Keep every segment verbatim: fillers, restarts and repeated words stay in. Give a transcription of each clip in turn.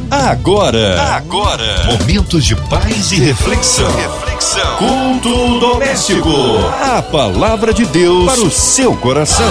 Agora, agora, momentos de paz e reflexão. Reflexão. Culto doméstico. A palavra de Deus para o seu coração.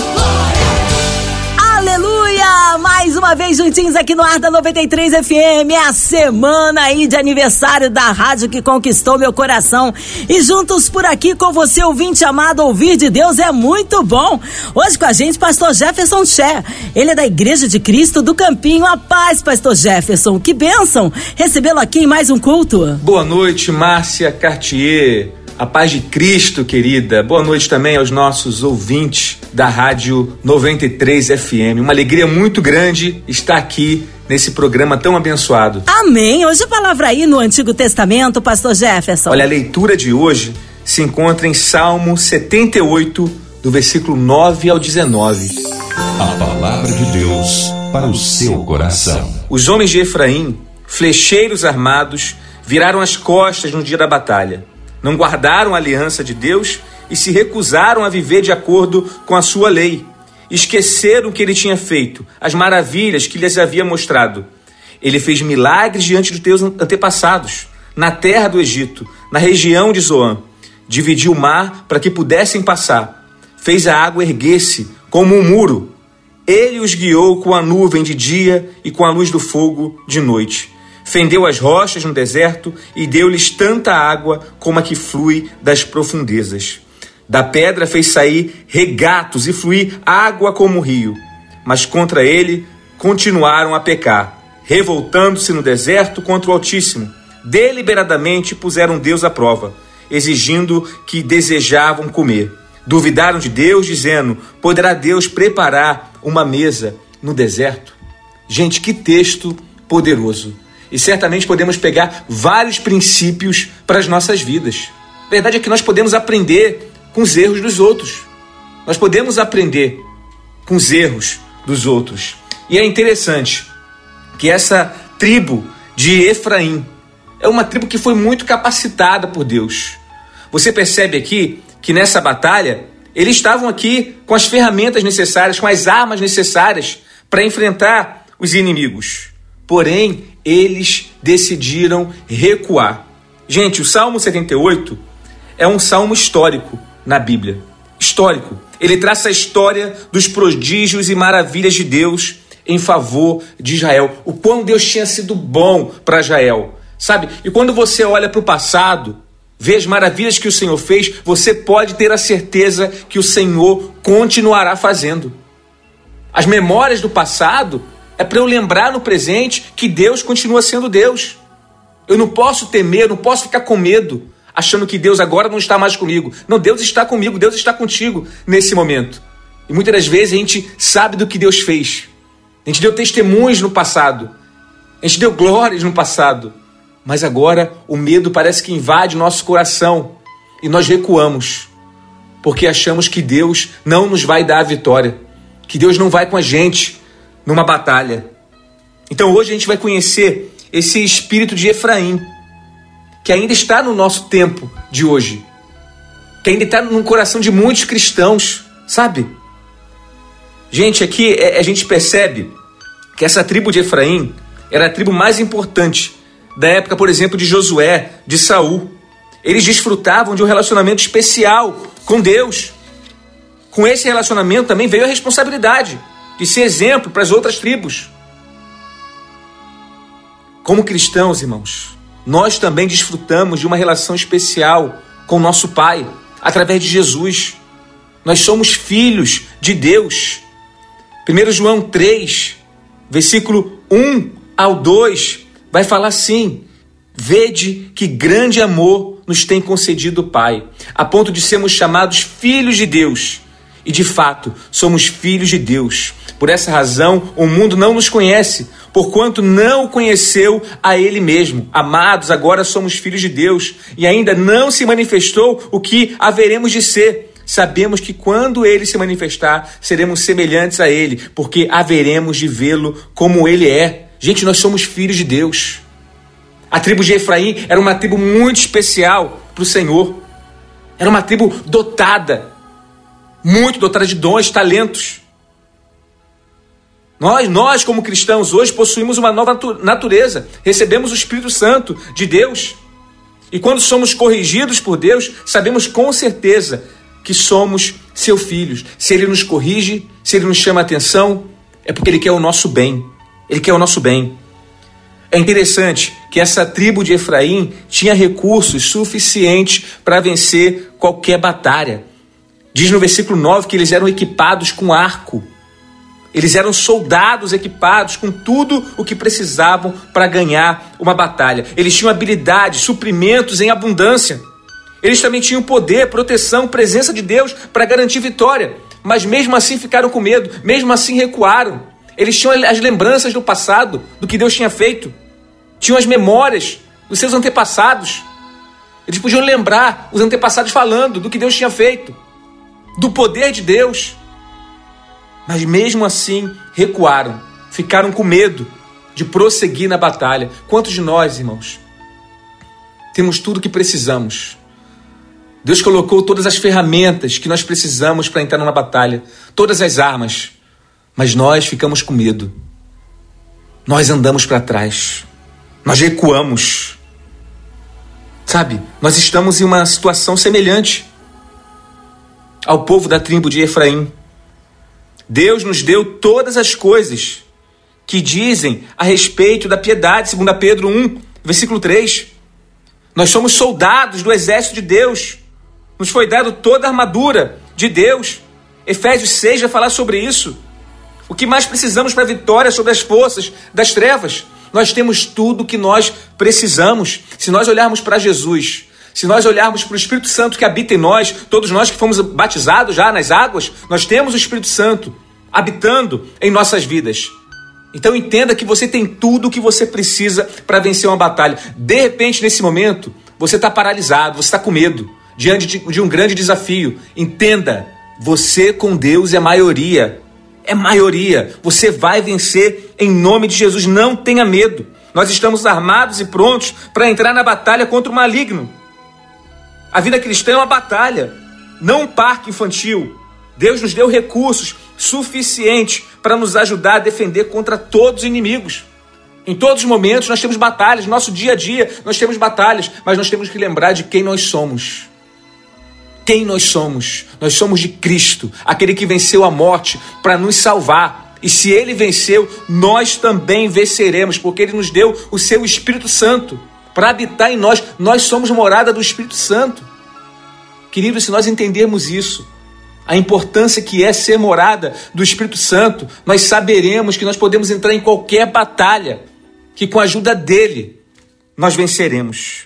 Aleluia! Mais uma vez juntinhos aqui no Ar da noventa e três F M, é a semana aí de aniversário da rádio que conquistou meu coração. E juntos por aqui com você, ouvinte amado, ouvir de Deus é muito bom. Hoje com a gente, pastor Jefferson Ché. Ele é da Igreja de Cristo do Campinho. A paz, pastor Jefferson. Que bênção recebê-lo aqui em mais um culto. Boa noite, Márcia Cartier. A paz de Cristo, querida. Boa noite também aos nossos ouvintes da Rádio noventa e três F M. Uma alegria muito grande estar aqui nesse programa tão abençoado. Amém. Hoje a palavra aí no Antigo Testamento, pastor Jefferson. Olha, a leitura de hoje se encontra em Salmo setenta e oito, do versículo nove ao dezenove. A palavra de Deus para o seu coração. Os homens de Efraim, flecheiros armados, viraram as costas no dia da batalha. Não guardaram a aliança de Deus e se recusaram a viver de acordo com a sua lei. Esqueceram o que ele tinha feito, as maravilhas que lhes havia mostrado. Ele fez milagres diante dos teus antepassados, na terra do Egito, na região de Zoan. Dividiu o mar para que pudessem passar. Fez a água erguer-se como um muro. Ele os guiou com a nuvem de dia e com a luz do fogo de noite. Fendeu as rochas no deserto e deu-lhes tanta água como a que flui das profundezas. Da pedra fez sair regatos e fluir água como o rio. Mas contra ele continuaram a pecar, revoltando-se no deserto contra o Altíssimo. Deliberadamente puseram Deus à prova, exigindo que desejavam comer. Duvidaram de Deus, dizendo: poderá Deus preparar uma mesa no deserto? Gente, que texto poderoso! E certamente podemos pegar vários princípios para as nossas vidas. A verdade é que nós podemos aprender com os erros dos outros. Nós podemos aprender com os erros dos outros. E é interessante que essa tribo de Efraim é uma tribo que foi muito capacitada por Deus. Você percebe aqui que nessa batalha eles estavam aqui com as ferramentas necessárias, com as armas necessárias para enfrentar os inimigos. Porém, eles decidiram recuar. Gente, o Salmo setenta e oito é um salmo histórico na Bíblia. Histórico. Ele traça a história dos prodígios e maravilhas de Deus em favor de Israel. O quão Deus tinha sido bom para Israel. Sabe? E quando você olha para o passado, vê as maravilhas que o Senhor fez, você pode ter a certeza que o Senhor continuará fazendo. As memórias do passado é para eu lembrar no presente que Deus continua sendo Deus. Eu não posso temer, não posso ficar com medo, achando que Deus agora não está mais comigo. Não, Deus está comigo, Deus está contigo nesse momento. E muitas das vezes a gente sabe do que Deus fez. A gente deu testemunhos no passado. A gente deu glórias no passado. Mas agora o medo parece que invade nosso coração e nós recuamos, porque achamos que Deus não nos vai dar a vitória, que Deus não vai com a gente numa batalha. Então hoje a gente vai conhecer esse espírito de Efraim, que ainda está no nosso tempo de hoje, que ainda está no coração de muitos cristãos, sabe? Gente, aqui a gente percebe que essa tribo de Efraim era a tribo mais importante da época, por exemplo, de Josué, de Saul. Eles desfrutavam de um relacionamento especial com Deus. Com esse relacionamento também veio a responsabilidade de ser exemplo para as outras tribos. Como cristãos, irmãos, nós também desfrutamos de uma relação especial com o nosso Pai, através de Jesus. Nós somos filhos de Deus. primeiro João três, versículo um ao dois, vai falar assim: vede que grande amor nos tem concedido o Pai, a ponto de sermos chamados filhos de Deus. E de fato, somos filhos de Deus. Por essa razão, o mundo não nos conhece, porquanto não o conheceu a Ele mesmo. Amados, agora somos filhos de Deus, e ainda não se manifestou o que haveremos de ser. Sabemos que quando Ele se manifestar, seremos semelhantes a Ele, porque haveremos de vê-lo como Ele é. Gente, nós somos filhos de Deus. A tribo de Efraim era uma tribo muito especial para o Senhor. Era uma tribo dotada, muito dotada de dons, talentos. Nós, nós como cristãos hoje possuímos uma nova natureza, recebemos o Espírito Santo de Deus. E quando somos corrigidos por Deus, sabemos com certeza que somos seus filhos. Se Ele nos corrige, se Ele nos chama a atenção, é porque Ele quer o nosso bem. Ele quer o nosso bem. É interessante que essa tribo de Efraim tinha recursos suficientes para vencer qualquer batalha. Diz no versículo nove que eles eram equipados com arco. Eles eram soldados equipados com tudo o que precisavam para ganhar uma batalha. Eles tinham habilidades, suprimentos em abundância. Eles também tinham poder, proteção, presença de Deus para garantir vitória. Mas mesmo assim ficaram com medo, mesmo assim recuaram. Eles tinham as lembranças do passado, do que Deus tinha feito. Tinham as memórias dos seus antepassados. Eles podiam lembrar os antepassados falando do que Deus tinha feito, do poder de Deus. Mas mesmo assim recuaram, ficaram com medo de prosseguir na batalha. Quantos de nós, irmãos, temos tudo o que precisamos? Deus colocou todas as ferramentas que nós precisamos para entrar numa batalha, todas as armas, mas nós ficamos com medo. Nós andamos para trás, nós recuamos. Sabe, nós estamos em uma situação semelhante ao povo da tribo de Efraim. Deus nos deu todas as coisas que dizem a respeito da piedade, segundo Pedro um, versículo três. Nós somos soldados do exército de Deus. Nos foi dado toda a armadura de Deus. Efésios seis vai falar sobre isso. O que mais precisamos para a vitória sobre as forças das trevas? Nós temos tudo o que nós precisamos. Se nós olharmos para Jesus, se nós olharmos para o Espírito Santo que habita em nós, todos nós que fomos batizados já nas águas, nós temos o Espírito Santo habitando em nossas vidas. Então entenda que você tem tudo o que você precisa para vencer uma batalha. De repente, nesse momento, você está paralisado, você está com medo, diante de, de um grande desafio. Entenda, você com Deus é maioria. É maioria. Você vai vencer em nome de Jesus. Não tenha medo. Nós estamos armados e prontos para entrar na batalha contra o maligno. A vida cristã é uma batalha, não um parque infantil. Deus nos deu recursos suficientes para nos ajudar a defender contra todos os inimigos. Em todos os momentos nós temos batalhas, no nosso dia a dia nós temos batalhas, mas nós temos que lembrar de quem nós somos. Quem nós somos? Nós somos de Cristo, aquele que venceu a morte para nos salvar. E se Ele venceu, nós também venceremos, porque Ele nos deu o seu Espírito Santo para habitar em nós. Nós somos morada do Espírito Santo. Queridos, se nós entendermos isso, a importância que é ser morada do Espírito Santo, nós saberemos que nós podemos entrar em qualquer batalha, que com a ajuda dele, nós venceremos.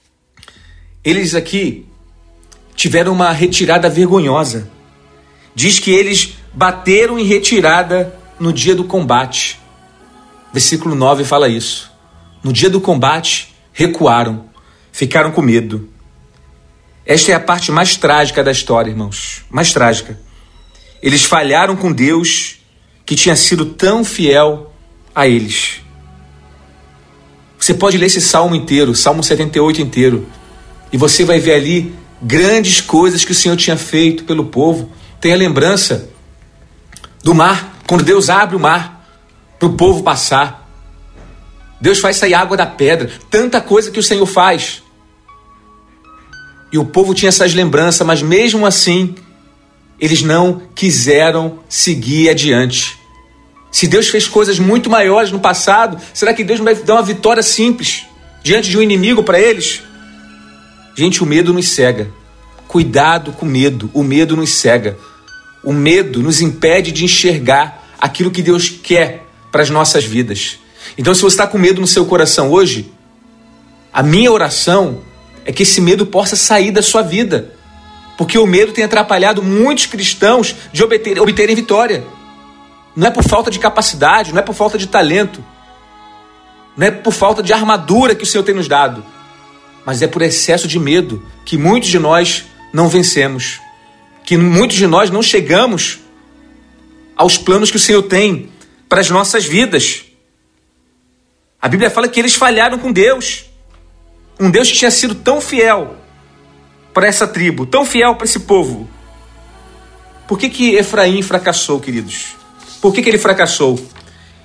Eles aqui tiveram uma retirada vergonhosa. Diz que eles bateram em retirada no dia do combate. Versículo nove fala isso. No dia do combate, recuaram, ficaram com medo. Esta é a parte mais trágica da história, irmãos. Mais trágica. Eles falharam com Deus, que tinha sido tão fiel a eles. Você pode ler esse salmo inteiro, Salmo setenta e oito inteiro, e você vai ver ali grandes coisas que o Senhor tinha feito pelo povo. Tem a lembrança do mar, quando Deus abre o mar para o povo passar. Deus faz sair água da pedra. Tanta coisa que o Senhor faz. E o povo tinha essas lembranças, mas mesmo assim, eles não quiseram seguir adiante. Se Deus fez coisas muito maiores no passado, será que Deus não vai dar uma vitória simples diante de um inimigo para eles? Gente, o medo nos cega. Cuidado com o medo. O medo nos cega. O medo nos impede de enxergar aquilo que Deus quer para as nossas vidas. Então, se você está com medo no seu coração hoje, a minha oração é que esse medo possa sair da sua vida. Porque o medo tem atrapalhado muitos cristãos de obter, obterem vitória. Não é por falta de capacidade, não é por falta de talento, não é por falta de armadura que o Senhor tem nos dado, mas é por excesso de medo que muitos de nós não vencemos, que muitos de nós não chegamos aos planos que o Senhor tem para as nossas vidas. A Bíblia fala que eles falharam com Deus. Um Deus que tinha sido tão fiel para essa tribo, tão fiel para esse povo. Por que que Efraim fracassou, queridos? Por que que ele fracassou?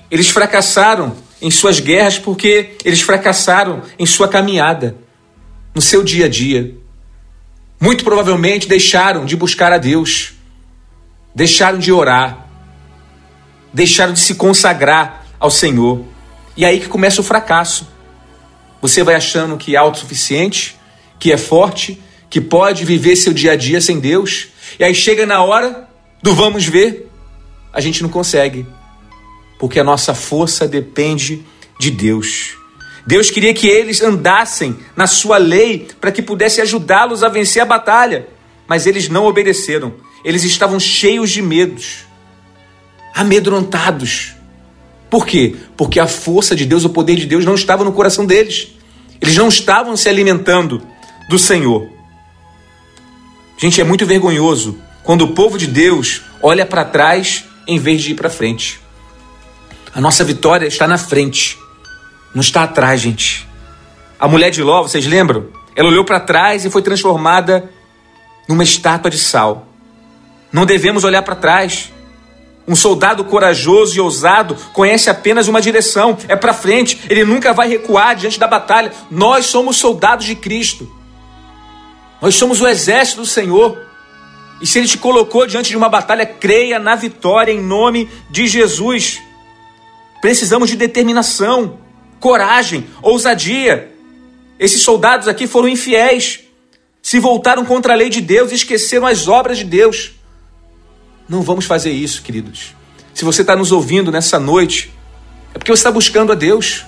Eles fracassaram em suas guerras porque eles fracassaram em sua caminhada, no seu dia a dia. Muito provavelmente deixaram de buscar a Deus, deixaram de orar, deixaram de se consagrar ao Senhor. E aí que começa o fracasso. Você vai achando que é autossuficiente, que é forte, que pode viver seu dia a dia sem Deus. E aí chega na hora do vamos ver, a gente não consegue. Porque a nossa força depende de Deus. Deus queria que eles andassem na sua lei para que pudesse ajudá-los a vencer a batalha. Mas eles não obedeceram. Eles estavam cheios de medos, amedrontados. Por quê? Porque a força de Deus, o poder de Deus não estava no coração deles. Eles não estavam se alimentando do Senhor. Gente, é muito vergonhoso quando o povo de Deus olha para trás em vez de ir para frente. A nossa vitória está na frente, não está atrás, gente. A mulher de Ló, vocês lembram? Ela olhou para trás e foi transformada numa estátua de sal. Não devemos olhar para trás. Um soldado corajoso e ousado conhece apenas uma direção, é para frente. Ele nunca vai recuar diante da batalha. Nós somos soldados de Cristo. Nós somos o exército do Senhor. E se Ele te colocou diante de uma batalha, creia na vitória em nome de Jesus. Precisamos de determinação, coragem, ousadia. Esses soldados aqui foram infiéis. Se voltaram contra a lei de Deus e esqueceram as obras de Deus. Não vamos fazer isso, queridos. Se você está nos ouvindo nessa noite, é porque você está buscando a Deus.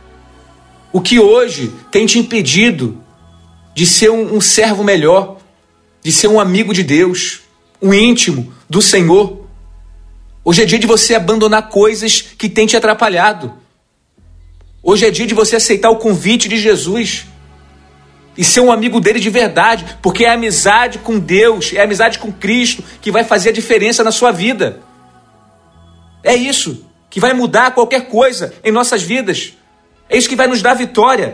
O que hoje tem te impedido de ser um, um servo melhor, de ser um amigo de Deus, um íntimo do Senhor? Hoje é dia de você abandonar coisas que têm te atrapalhado. Hoje é dia de você aceitar o convite de Jesus e ser um amigo dele de verdade, porque é a amizade com Deus, é a amizade com Cristo que vai fazer a diferença na sua vida. É isso que vai mudar qualquer coisa em nossas vidas. É isso que vai nos dar vitória.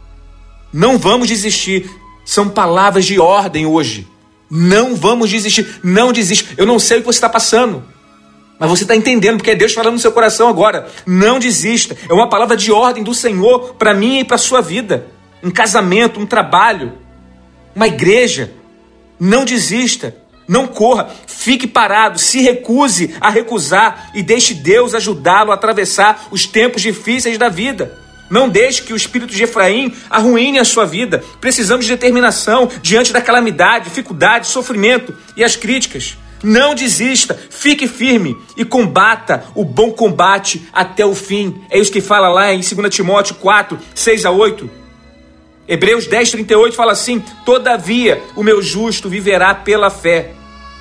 Não vamos desistir. São palavras de ordem hoje. Não vamos desistir. Não desista. Eu não sei o que você está passando, mas você está entendendo, porque é Deus falando no seu coração agora. Não desista. É uma palavra de ordem do Senhor para mim e para a sua vida. Um casamento, um trabalho, uma igreja. Não desista, não corra, fique parado, se recuse a recusar e deixe Deus ajudá-lo a atravessar os tempos difíceis da vida. Não deixe que o espírito de Efraim arruine a sua vida. Precisamos de determinação diante da calamidade, dificuldade, sofrimento e as críticas. Não desista, fique firme e combata o bom combate até o fim. É isso que fala lá em dois Timóteo quatro, seis a oito. Hebreus dez, trinta e oito fala assim: todavia o meu justo viverá pela fé,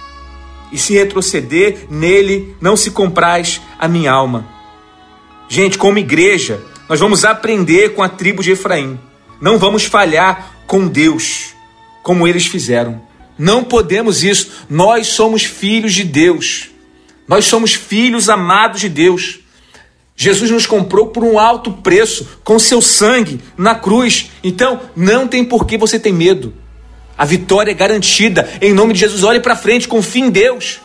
e se retroceder nele não se compraz a minha alma. Gente, como igreja, nós vamos aprender com a tribo de Efraim. Não vamos falhar com Deus, como eles fizeram. Não podemos isso. Nós somos filhos de Deus. Nós somos filhos amados de Deus. Jesus nos comprou por um alto preço, com seu sangue na cruz. Então, não tem por que você ter medo. A vitória é garantida. Em nome de Jesus, olhe para frente, confie em Deus.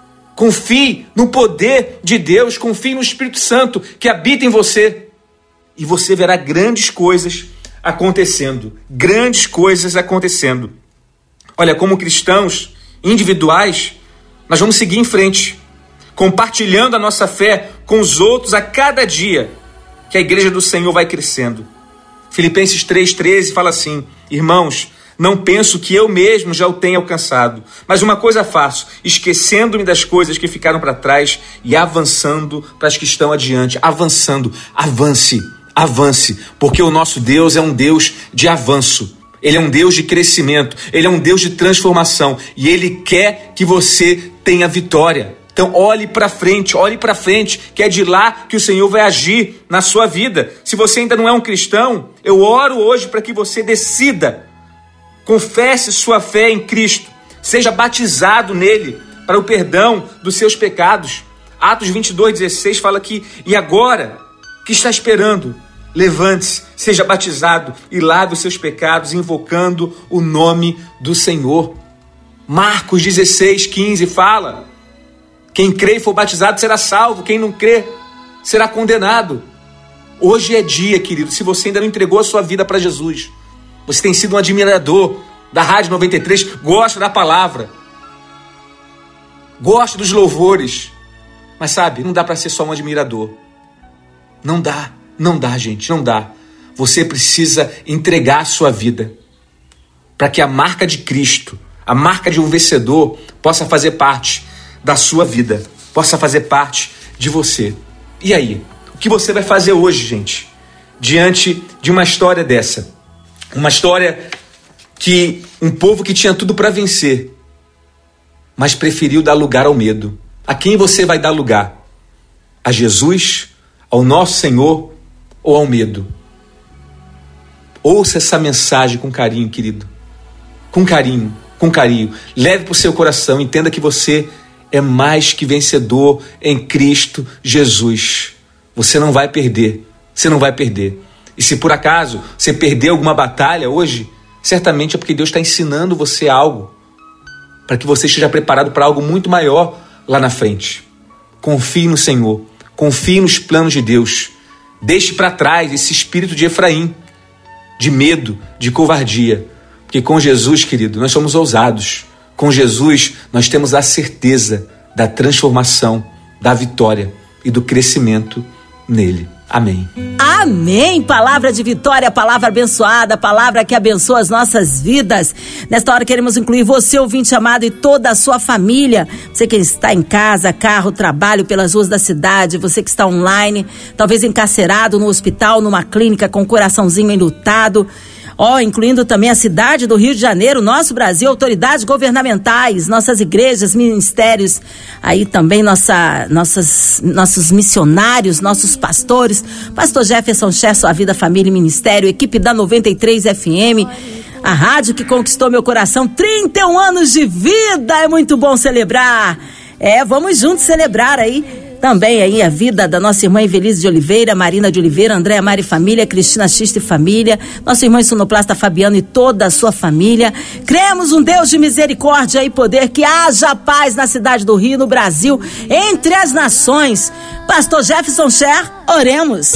Confie no poder de Deus, confie no Espírito Santo que habita em você. E você verá grandes coisas acontecendo. Grandes coisas acontecendo. Olha, como cristãos individuais, nós vamos seguir em frente, compartilhando a nossa fé com os outros a cada dia que a igreja do Senhor vai crescendo. Filipenses três, treze fala assim: irmãos, não penso que eu mesmo já o tenha alcançado, mas uma coisa faço, esquecendo-me das coisas que ficaram para trás e avançando para as que estão adiante. Avançando, avance, avance, porque o nosso Deus é um Deus de avanço. Ele é um Deus de crescimento, Ele é um Deus de transformação e Ele quer que você tenha vitória. Então olhe para frente, olhe para frente, que é de lá que o Senhor vai agir na sua vida. Se você ainda não é um cristão, eu oro hoje para que você decida, confesse sua fé em Cristo, seja batizado nele para o perdão dos seus pecados. Atos vinte e dois, dezesseis fala que, e agora, que está esperando? Levante-se, seja batizado e lave os seus pecados, invocando o nome do Senhor. Marcos dezesseis, quinze fala: quem crê e for batizado será salvo, quem não crê será condenado. Hoje é dia, querido, se você ainda não entregou a sua vida para Jesus, você tem sido um admirador da Rádio noventa e três, gosta da palavra, gosta dos louvores, mas sabe, não dá para ser só um admirador. Não dá, não dá, gente, não dá. Você precisa entregar a sua vida para que a marca de Cristo, a marca de um vencedor, possa fazer parte da sua vida, possa fazer parte de você. E aí, o que você vai fazer hoje, gente, diante de uma história dessa? Uma história que um povo que tinha tudo para vencer, mas preferiu dar lugar ao medo. A quem você vai dar lugar? A Jesus, ao nosso Senhor ou ao medo? Ouça essa mensagem com carinho, querido. Com carinho, com carinho. Leve para o seu coração, entenda que você é mais que vencedor em Cristo Jesus. Você não vai perder, você não vai perder. E se por acaso você perder alguma batalha hoje, certamente é porque Deus está ensinando você algo, para que você esteja preparado para algo muito maior lá na frente. Confie no Senhor, confie nos planos de Deus. Deixe para trás esse espírito de Efraim, de medo, de covardia. Porque com Jesus, querido, nós somos ousados. Com Jesus, nós temos a certeza da transformação, da vitória e do crescimento nele. Amém. Amém. Palavra de vitória, palavra abençoada, palavra que abençoa as nossas vidas. Nesta hora queremos incluir você, ouvinte amado, e toda a sua família. Você que está em casa, carro, trabalho, pelas ruas da cidade, você que está online, talvez encarcerado no hospital, numa clínica com o coraçãozinho enlutado. Ó, oh, incluindo também a cidade do Rio de Janeiro, nosso Brasil, autoridades governamentais, nossas igrejas, ministérios, aí também nossa, nossas, nossos missionários, nossos pastores, pastor Jefferson Cher, Sua Vida, Família e Ministério, equipe da noventa e três F M, a rádio que conquistou meu coração, trinta e um anos de vida, é muito bom celebrar. É, vamos juntos celebrar aí. Também aí a vida da nossa irmã Evelise de Oliveira, Marina de Oliveira, Andréa Mari Família, Cristina Xista e Família, nosso irmão sonoplasta Fabiano e toda a sua família. Cremos um Deus de misericórdia e poder, que haja paz na cidade do Rio, no Brasil, entre as nações. Pastor Jefferson Cher, oremos.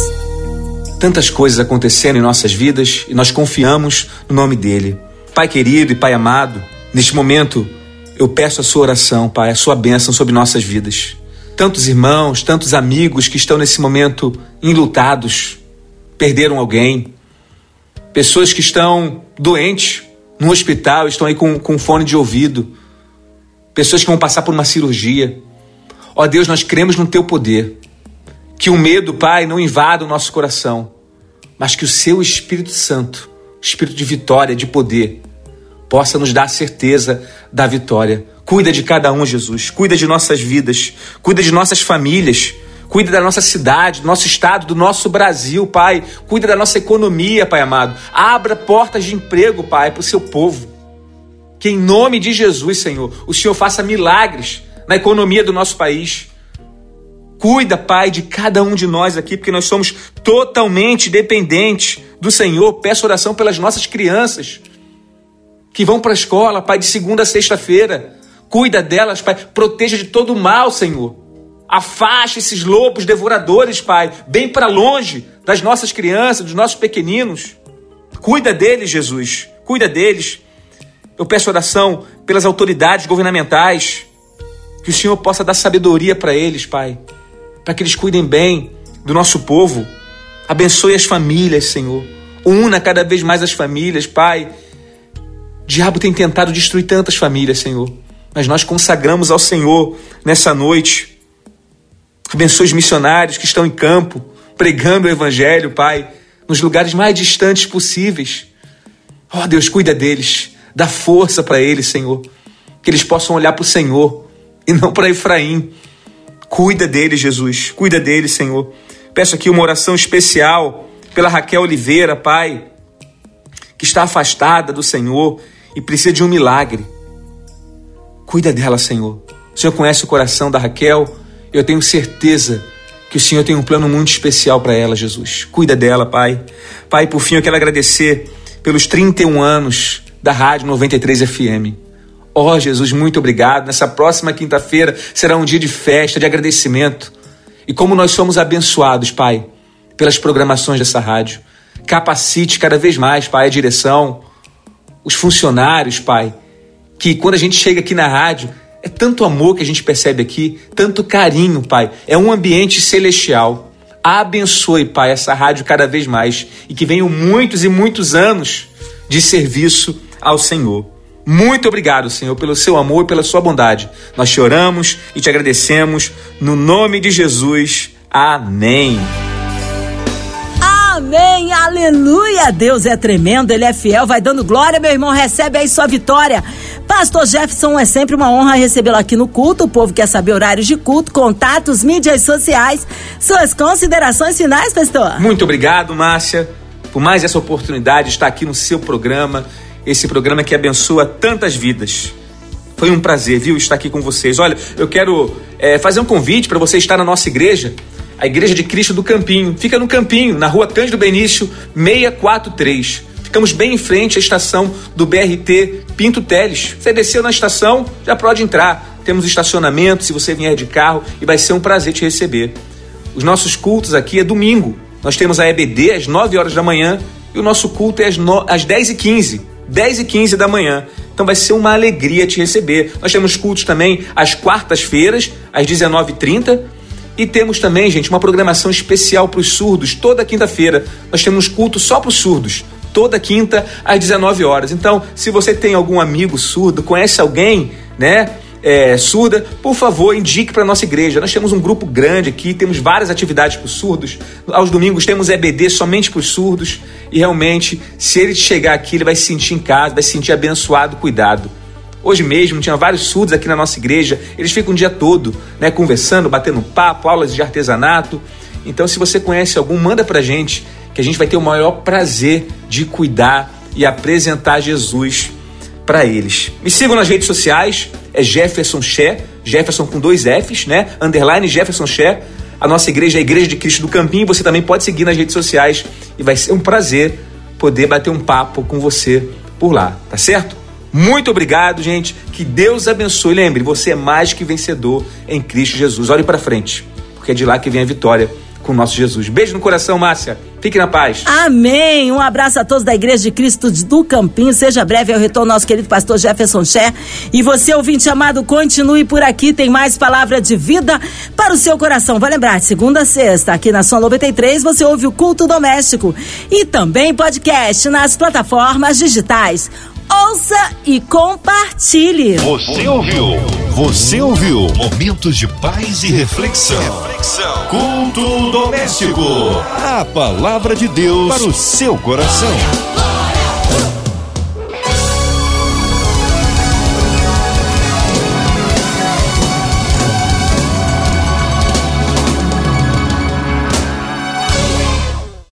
Tantas coisas acontecendo em nossas vidas e nós confiamos no nome dele. Pai querido e Pai amado, neste momento eu peço a sua oração, Pai, a sua bênção sobre nossas vidas. Tantos irmãos, tantos amigos que estão nesse momento enlutados, perderam alguém. Pessoas que estão doentes no hospital, estão aí com, com fone de ouvido. Pessoas que vão passar por uma cirurgia. Ó Deus, nós cremos no teu poder. Que o medo, Pai, não invada o nosso coração, mas que o seu Espírito Santo, Espírito de vitória, de poder, possa nos dar a certeza da vitória. Cuida de cada um, Jesus. Cuida de nossas vidas. Cuida de nossas famílias. Cuida da nossa cidade, do nosso estado, do nosso Brasil, Pai. Cuida da nossa economia, Pai amado. Abra portas de emprego, Pai, para o seu povo. Que em nome de Jesus, Senhor, o Senhor faça milagres na economia do nosso país. Cuida, Pai, de cada um de nós aqui, porque nós somos totalmente dependentes do Senhor. Peço oração pelas nossas crianças que vão para a escola, Pai, de segunda a sexta-feira. Cuida delas, Pai. Proteja de todo o mal, Senhor. Afaste esses lobos devoradores, Pai, bem para longe das nossas crianças, dos nossos pequeninos. Cuida deles, Jesus. Cuida deles. Eu peço oração pelas autoridades governamentais. Que o Senhor possa dar sabedoria para eles, Pai. Para que eles cuidem bem do nosso povo. Abençoe as famílias, Senhor. Una cada vez mais as famílias, Pai. O diabo tem tentado destruir tantas famílias, Senhor. Mas nós consagramos ao Senhor nessa noite. Abençoe os missionários que estão em campo, pregando o Evangelho, Pai, nos lugares mais distantes possíveis. Ó oh, Deus, cuida deles. Dá força para eles, Senhor. Que eles possam olhar para o Senhor e não para Efraim. Cuida deles, Jesus. Cuida deles, Senhor. Peço aqui uma oração especial pela Raquel Oliveira, Pai, que está afastada do Senhor e precisa de um milagre. Cuida dela, Senhor. O Senhor conhece o coração da Raquel. Eu tenho certeza que o Senhor tem um plano muito especial para ela, Jesus. Cuida dela, Pai. Pai, por fim, eu quero agradecer pelos trinta e um anos da Rádio noventa e três F M. Ó, oh, Jesus, muito obrigado. Nessa próxima quinta-feira será um dia de festa, de agradecimento. E como nós somos abençoados, Pai, pelas programações dessa rádio. Capacite cada vez mais, Pai, a direção, os funcionários, Pai, que quando a gente chega aqui na rádio, é tanto amor que a gente percebe aqui, tanto carinho, Pai. É um ambiente celestial. Abençoe, Pai, essa rádio cada vez mais e que venham muitos e muitos anos de serviço ao Senhor. Muito obrigado, Senhor, pelo seu amor e pela sua bondade. Nós te oramos e te agradecemos no nome de Jesus. Amém. Amém, aleluia, Deus é tremendo, Ele é fiel, vai dando glória, meu irmão, recebe aí sua vitória. Pastor Jefferson, é sempre uma honra recebê-lo aqui no culto, o povo quer saber horários de culto, contatos, mídias sociais, suas considerações finais, pastor. Muito obrigado, Márcia, por mais essa oportunidade de estar aqui no seu programa, esse programa que abençoa tantas vidas. Foi um prazer, viu, estar aqui com vocês. Olha, eu quero é, fazer um convite para você estar na nossa igreja, a Igreja de Cristo do Campinho. Fica no Campinho, na rua Cândido Benício, seiscentos e quarenta e três. Ficamos bem em frente à estação do B R T Pinto Teles. Você desceu na estação, já pode entrar. Temos estacionamento, se você vier de carro, e vai ser um prazer te receber. Os nossos cultos aqui é domingo. Nós temos a E B D às nove horas da manhã e o nosso culto é às, no... às dez e quinze. dez e quinze da manhã. Então vai ser uma alegria te receber. Nós temos cultos também às quartas-feiras, às dezenove e trinta. E temos também, gente, uma programação especial para os surdos. Toda quinta-feira nós temos culto só para os surdos. Toda quinta às dezenove horas. Então, se você tem algum amigo surdo, conhece alguém, né, é, surda, por favor, indique para a nossa igreja. Nós temos um grupo grande aqui, temos várias atividades para os surdos. Aos domingos temos E B D somente para os surdos. E realmente, se ele chegar aqui, ele vai se sentir em casa, vai se sentir abençoado, cuidado. Hoje mesmo tinha vários surdos aqui na nossa igreja, eles ficam o dia todo, né, conversando, batendo papo, aulas de artesanato. Então, se você conhece algum, manda pra gente, que a gente vai ter o maior prazer de cuidar e apresentar Jesus para eles. Me sigam nas redes sociais, é Jefferson Xé, Jefferson com dois F's, né, underline Jefferson Xé. A nossa igreja é a Igreja de Cristo do Campinho, você também pode seguir nas redes sociais e vai ser um prazer poder bater um papo com você por lá, tá certo? Muito obrigado, gente. Que Deus abençoe. Lembre, você é mais que vencedor em Cristo Jesus. Olhe para frente, porque é de lá que vem a vitória com o nosso Jesus. Beijo no coração, Márcia. Fique na paz. Amém. Um abraço a todos da Igreja de Cristo do Campinho. Seja breve ao retorno nosso querido pastor Jefferson Xé. E você, ouvinte amado, continue por aqui. Tem mais palavra de vida para o seu coração. Vai lembrar, de segunda a sexta, aqui na Som noventa e três, você ouve o Culto Doméstico. E também podcast nas plataformas digitais. Ouça e compartilhe. Você ouviu? Você ouviu? Momentos de paz e reflexão. Reflexão. Culto doméstico. A palavra de Deus para o seu coração.